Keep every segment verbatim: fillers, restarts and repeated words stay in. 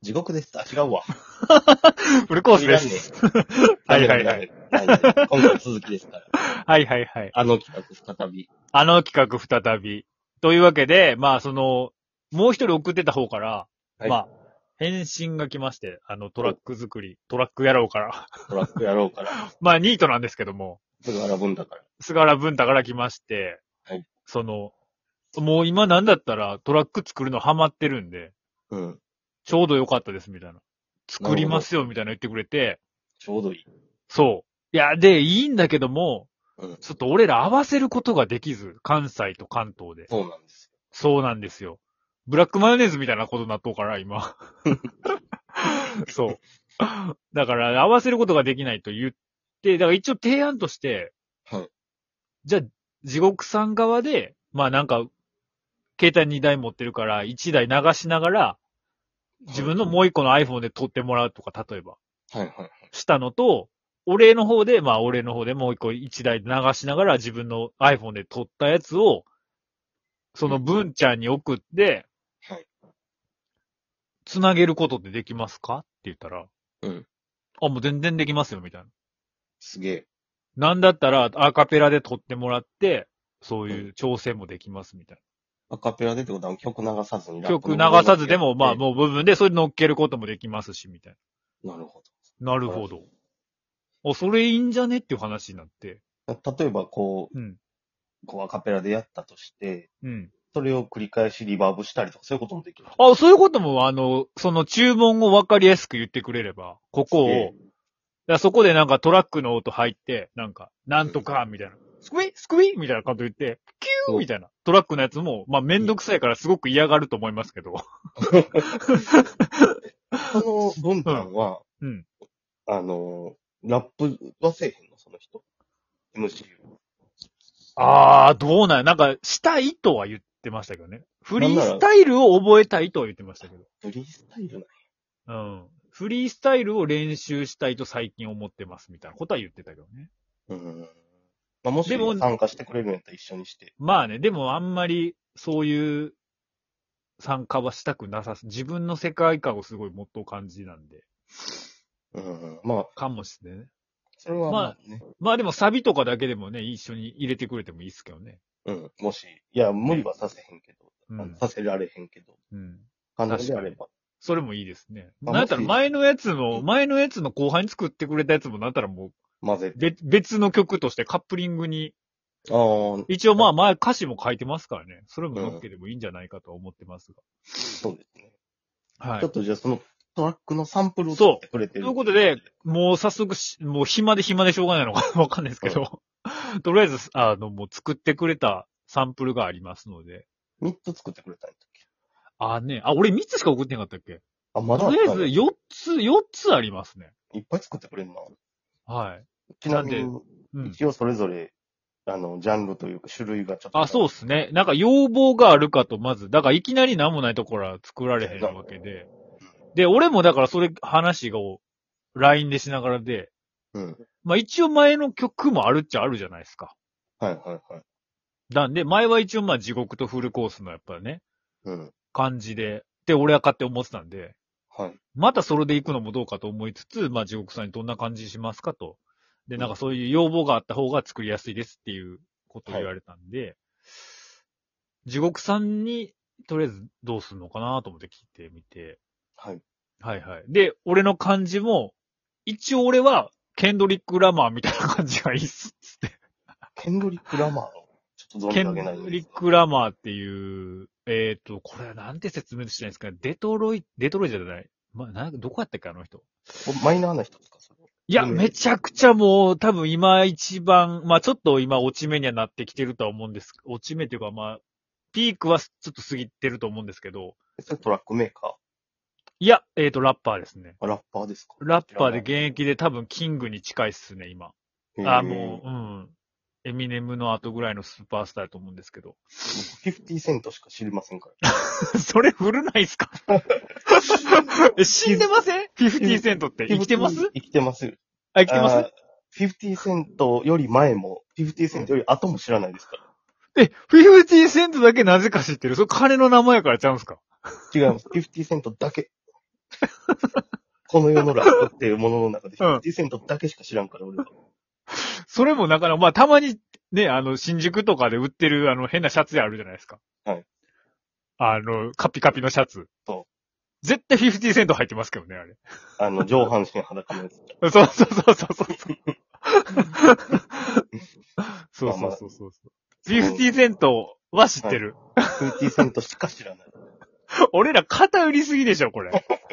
地獄です。あ、違うわ。 フルコースです。はいはいはい。 今回続きですから。 はいはいはい。 あの企画再び。 あの企画再び。というわけで、まあその、もう一人送ってた方から、はい、まあ、返信が来まして、あのトラック作り、トラックやろうから。 トラックやろうから。 まあニートなんですけども。 菅原文太から。 菅原文太から来まして、はい。その、もう今なんだったらトラック作るのハマってるんで、うん。ちょうどよかったですみたいな。作りますよみたいな言ってくれて、 ちょうどいい。 そう。いや、で、いいんだけども、うん、ちょっと俺ら合わせることができず、関西と関東で。 そうなんです。 そうなんですよ。ブラックマヨネーズみたいなことになっとうから、今。そう。だから、合わせることができないと言って、だから一応提案として、はい。じゃあ、地獄さん側で、まあなんか、携帯にだい持ってるから、いちだい流しながら、自分のもういっこの iPhone で撮ってもらうとか、例えば。はいはいはい。したのと、俺の方で、まあ俺の方でもう一個一台流しながら自分の iPhone で撮ったやつを、その文ちゃんに送って、はい。つなげることってできますかって言ったら、うん。あ、もう全然できますよ、みたいな。 すげえ。 なんだったらアカペラで撮ってもらって、そういう調整もできます、みたいな。アカペラでってことは曲流さずにラップ曲流さずでも、まあもう部分でそれ乗っけることもできますし、みたいな。なるほど。なるほど。あ、それいいんじゃねっていう話になって。 例えばこう、うん。こうアカペラでやったとして、うん。それを繰り返しリバーブしたりとか、そういうこともできる。 あ、そういうことも、あの、その注文を分かりやすく言ってくれれば、ここを、だそこでなんかトラックの音入って、なんか、なんとか、みたいな。スクイスクイみたいな感じで言って、キューみたいな。トラックのやつも、まあ、めんどくさいからすごく嫌がると思いますけど。 その文旦は、うん、うん。あの、ラップはせえへんの、その人。エムシー。 あー、どうなんや。なんか、したいとは言ってましたけどね。フリースタイルを覚えたいとは言ってましたけど。 フリースタイルなんや。うん。フリースタイルを練習したいと最近思ってますみたいなことは言ってたけどね。 うん。まあ、もしも参加してくれるんやったら一緒にして。 まあね、でもあんまりそういう参加はしたくなさす。自分の世界観をすごいもっと感じなんで。 うん。まあ。 かもしれないね。 それはまあね。 まあ、まあでもサビとかだけでもね、一緒に入れてくれてもいいっすけどね。 うん。もし、いや、無理はさせへんけど。うん、させられへんけど。うん。可能であれば。 それもいいですね。なんやったら前のやつの、前のやつの後半に作ってくれたやつもなんやったらもう、 混ぜて。別の曲としてカップリングに、 ああ。 一応まあ前歌詞も書いてますからね。それも乗っけてもいいんじゃないかと思ってますが。 うん、そうですね。 はい。 ちょっとじゃあそのトラックのサンプルを作ってくれてる。 そう。ということで、もう早速もう暇で暇でしょうがないのかわかんないですけど、うん、とりあえず、あの、もう作ってくれたサンプルがありますので。 みっつ作ってくれたんだっけ？ あね、あ、俺みっつしか送ってなかったっけ？ あ、まだとりあえずよっつ、よっつありますね。 いっぱい作ってくれるな。 はい。 ちなみに、うん、一応それぞれ、あの、ジャンルというか種類がちょっと。 あ、そうっすね。なんか要望があるかと、まず、だからいきなり何もないところは作られへんわけで。で、俺もだからそれ話を ライン でしながらで、うん。まあ一応前の曲もあるっちゃあるじゃないですか。 はいはいはい。 なんで、前は一応まあ地獄とフルコースのやっぱね、うん。感じで、って俺は勝手思ってたんで、はい。またそれで行くのもどうかと思いつつ、まあ地獄さんにどんな感じしますかと。で、なんかそういう要望があった方が作りやすいですっていうことを言われたんで、はい、地獄さんにとりあえずどうするのかなと思って聞いてみて。はい。はいはい。で、俺の感じも、一応俺は、ケンドリック・ラマーみたいな感じがいいっすって。 ケンドリック・ラマーのちょっと存じ上げないんです。 ケンドリック・ラマーっていう、えっ、ー、と、これはなんて説明してないんですか？デトロイ、デトロイじゃない。ま、な、どこやったっけあの人。 マイナーな人ですか？ いや、めちゃくちゃもう、多分今一番、まあちょっと今落ち目にはなってきてるとは思うんです。落ち目っていうかまあ、ピークはちょっと過ぎてると思うんですけど。 それトラックメーカー？ いや、えっ、ー、と、ラッパーですね。 あ、ラッパーですか？ ラッパーで現役で多分キングに近いっすね、今。あ、もう、うん。エミネムの後ぐらいのスーパースターだと思うんですけど。 フィフティーセントしか知りませんから。それ古ないっすか？え、死んでません ?フィフティーセントって生きてます？ 生きてます。 あ、生きてます？ フィフティーセントより前も、フィフティーセントより後も知らないですか？ え、フィフティーセントだけなぜか知ってる？それ金の名前やからちゃうんすか？ 違います。フィフティーセントだけ。 この世のラップっていうものの中でフィフティーセントだけしか知らんから、俺は。 それもなかなか、まあたまにね、あの、新宿とかで売ってるあの変なシャツであるじゃないですか。 はい。 あの、カピカピのシャツ。 そう。 絶対フィフティーセント入ってますけどね、あれ。 あの、上半身裸のやつ。 そうそうそうそうそう。そうそうそうそう。フィフティーセントは知ってる。 はい、フィフティーセントしか知らない。 俺ら偏りすぎでしょ、これ。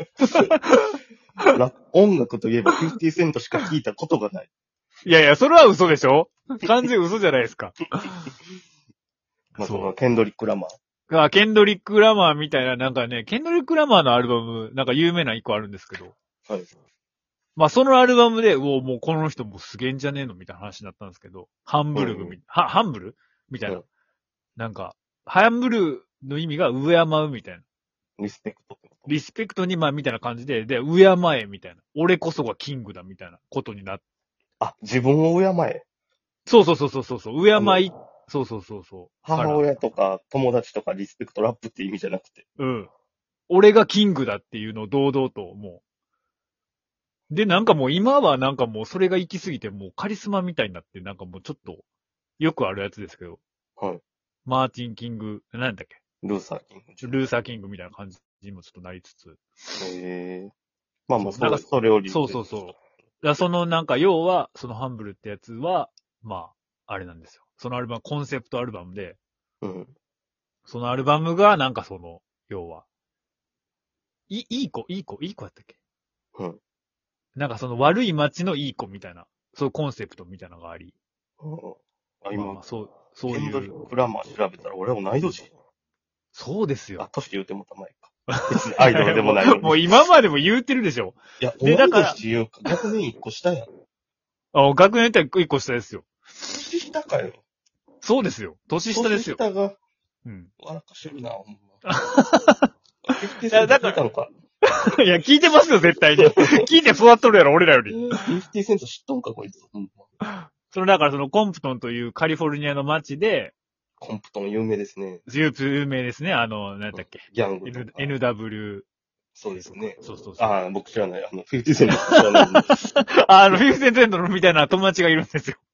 音楽といえばフィフティーセントしか聞いたことがない。 いやいや、それは嘘でしょ？完全嘘じゃないですか。 まあ、その、ケンドリック・ラマー。 あ、ケンドリック・ラマーみたいな、なんかね、ケンドリック・ラマーのアルバム、なんか有名な一個あるんですけど。 はい。 まあ、そのアルバムで、うお、もうこの人もうすげえんじゃねえのみたいな話になったんですけど、ハンブルグみ、うん、は、ハンブルみたいな、うん。なんか、ハンブルの意味が敬うみたいな。 リスペクト。 リスペクトに、まあ、みたいな感じで、で、敬え、みたいな。俺こそがキングだ、みたいなことになって。 あ、自分を敬え。 そうそうそうそうそう。敬い、そうそうそうそう。 母親とか友達とかリスペクトラップって意味じゃなくて。 うん。俺がキングだっていうのを堂々と、もう。で、なんかもう今はなんかもうそれが行き過ぎてもうカリスマみたいになって、なんかもうちょっと、よくあるやつですけど。 はい。 マーティン・キング、なんだっけ？ ルーサー・キング。 ルーサー・キングみたいな感じにもちょっとなりつつ。 へえ。まあまあ、そう、それを理由そうそうそう。だそのなんか要は、そのハンブルってやつは、まあ、あれなんですよ。そのアルバム、コンセプトアルバムで、 うん。 そのアルバムがなんかその、要は、い、いい子、いい子、いい子やったっけ？ うん。 なんかその悪い街のいい子みたいな、そういうコンセプトみたいなのがあり。 うん。あ、今、 まあ、そう、そういう。 ケンドリック・ラマー調べたら俺は同い年。 そうですよ。 あ、年言うてもたまえか。別にアイドルでもないのに。 もう今までも言うてるでしょ。 いや、同い年っていうか、学年一個下やん。 あ、学年って一個下ですよ。 年下かよ。 そうですよ。年下ですよ。 年下が、 うん。 笑かしてるな、ほんま。いや、だから。 いや、聞いてますよ、絶対に。聞いて育っとるやろ、俺らより。 フィフティーセント知っとんか、こいつ。ほんま。その、だからそのコンプトンというカリフォルニアの街で、 コンプトン有名ですね。 有名ですね。あの、なんだっけ。 ギャングとか。 エヌダブリュー。 そうですね。 そうそうそう。 ああ、僕知らない。あの、フィフティーセント知らない。 あの、フィフティーセントみたいな友達がいるんですよ。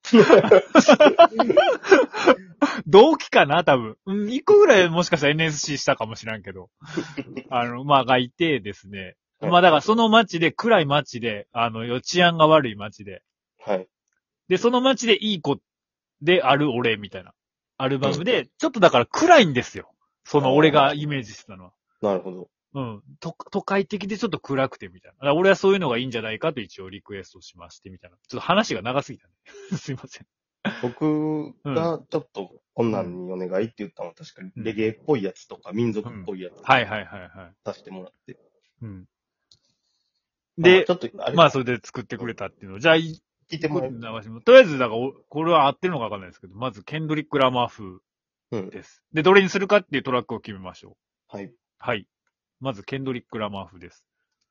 同期かな多分。うん、一個ぐらいもしかしたら エヌエスシー したかもしらんけど。あの、まあ、がいてですね。はい、まあ、だからその街で、暗い街で、あの、治安が悪い街で。 はい。 で、その街でいい子である俺みたいな。アルバムで、ちょっとだから暗いんですよ。その俺がイメージしてたのは。 なるほど。 うん。都会的でちょっと暗くてみたいな。だから俺はそういうのがいいんじゃないかと一応リクエストしましてみたいな。ちょっと話が長すぎたね。すいません。 僕がちょっとこんなんにお願いって言ったのは確かにレゲエっぽいやつとか民族っぽいやつ。 はいはいはいはい。 出してもらって。 うん。で、 ちょっとまあそれで作ってくれたっていうのを、じゃあ、聞いてもらう。 とりあえず、だから、これは合ってるのかわかんないですけど、まずケンドリック・ラマー風です。うん、で、どれにするかっていうトラックを決めましょう。はい。 はい。まず、ケンドリック・ラマー風です。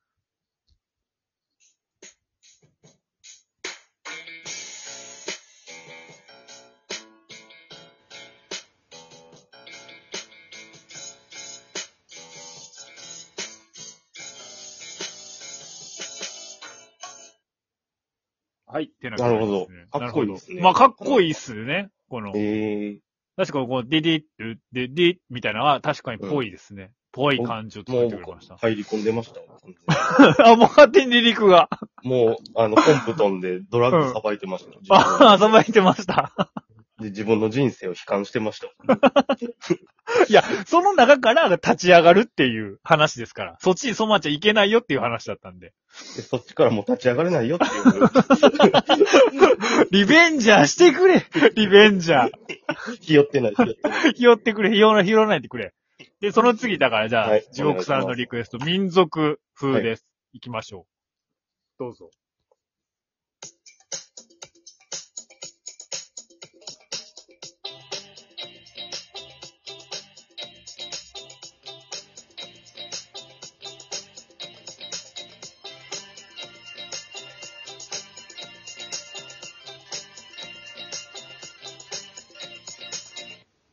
はい。ってな、 ね、なるほど。かっこいいですね。 まあ、かっこいいっすね。この。 へえ。 確かこう、ディディッ、ディディッみたいなのは確かにぽいですね。ぽ、うん、い感じを作ってくれました。 入り込んでました。 あ、もう勝手に離陸が。 もう、あの、コンプトンでドラッグさばいてました。うん、 ああ、さばいてました。 で、自分の人生を悲観してました。 いや、その中から立ち上がるっていう話ですから。そっちに染まっちゃいけないよっていう話だったんで。 でそっちからもう立ち上がれないよっていう。 リベンジャーしてくれリベンジャー。 ひよってない、ひよってない。 ひよってくれ、ひよら、ひよらないでくれ。で、その次だから、じゃあ、はい、地獄さんのリクエスト、民族風です。はい、行きましょう。どうぞ。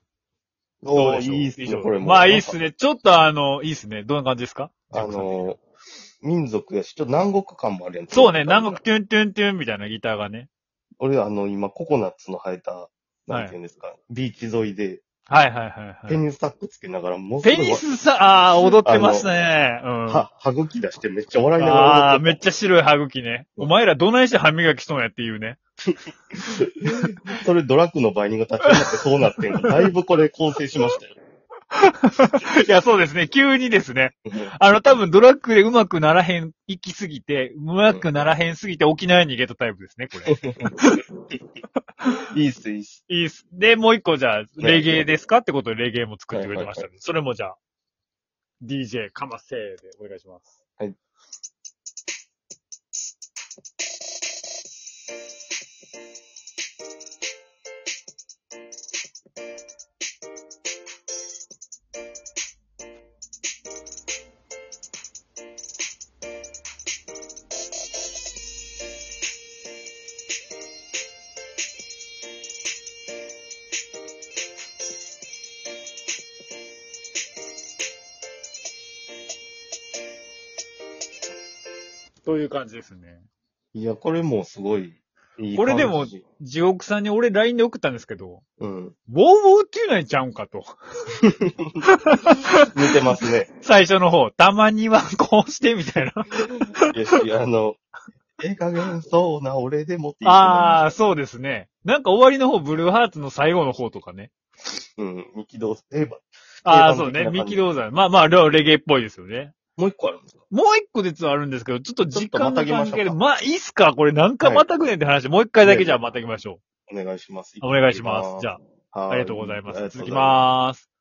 おー、いいっすね、これも。 まあいいっすね。ちょっとあの、いいっすね。どんな感じですか？ あの、 民族やし、ちょっと南国感もあるやん。 そうね、南国トゥントゥントゥンみたいなギターがね。 俺、あの、今、ココナッツの生えた、なんていうんですか、はい、ビーチ沿いで、 はいはいはい、はい。 テニスタックつけながら、もうテニスさ、ああ、踊ってますね。うん。 は、歯茎出してめっちゃ笑いながら踊ってた。 ああ、めっちゃ白い歯茎ね。お前らどないして歯磨きしとんやっていうね。 それドラッグの売人が立ち上がってそうなってんの。だいぶこれ構成しましたよ。 いや、そうですね。急にですね。あの、多分ドラッグで上手くならへん、行きすぎて、上手くならへんすぎて沖縄に逃げたタイプですね、これ。 いいっす、いいっす。 いいっす。で、もう一個じゃあ、レゲエですかってことでレゲエも作ってくれてましたね。はいはいはい、それもじゃあ、ディージェー かませーでお願いします。 はい。 という感じですね。 いや、これもすごいいい感じ。 これでも、地獄さんに俺 ライン で送ったんですけど、 うん。ウォーウォーっていうのにちゃうんかと。 見てますね。 最初の方、たまにはこうしてみたいな。 いやし、あの、ええ加減そうな俺でもって言ってああ、そうですね。なんか終わりの方、ブルーハーツの最後の方とかね。 うん、ミキドー定番。 ああ、そうね。ミキドーザー。まあまあ、レゲエっぽいですよね。 もう一個あるんですか？ もう一個実はあるんですけど、ちょっと時間の関係で、 ままあ、いいっすか？これ何回またぐねんって話、はい、もう一回だけじゃあまたぎましょう。お願いします。 お願いします。じゃあ、ありがとうございます。続きまーす。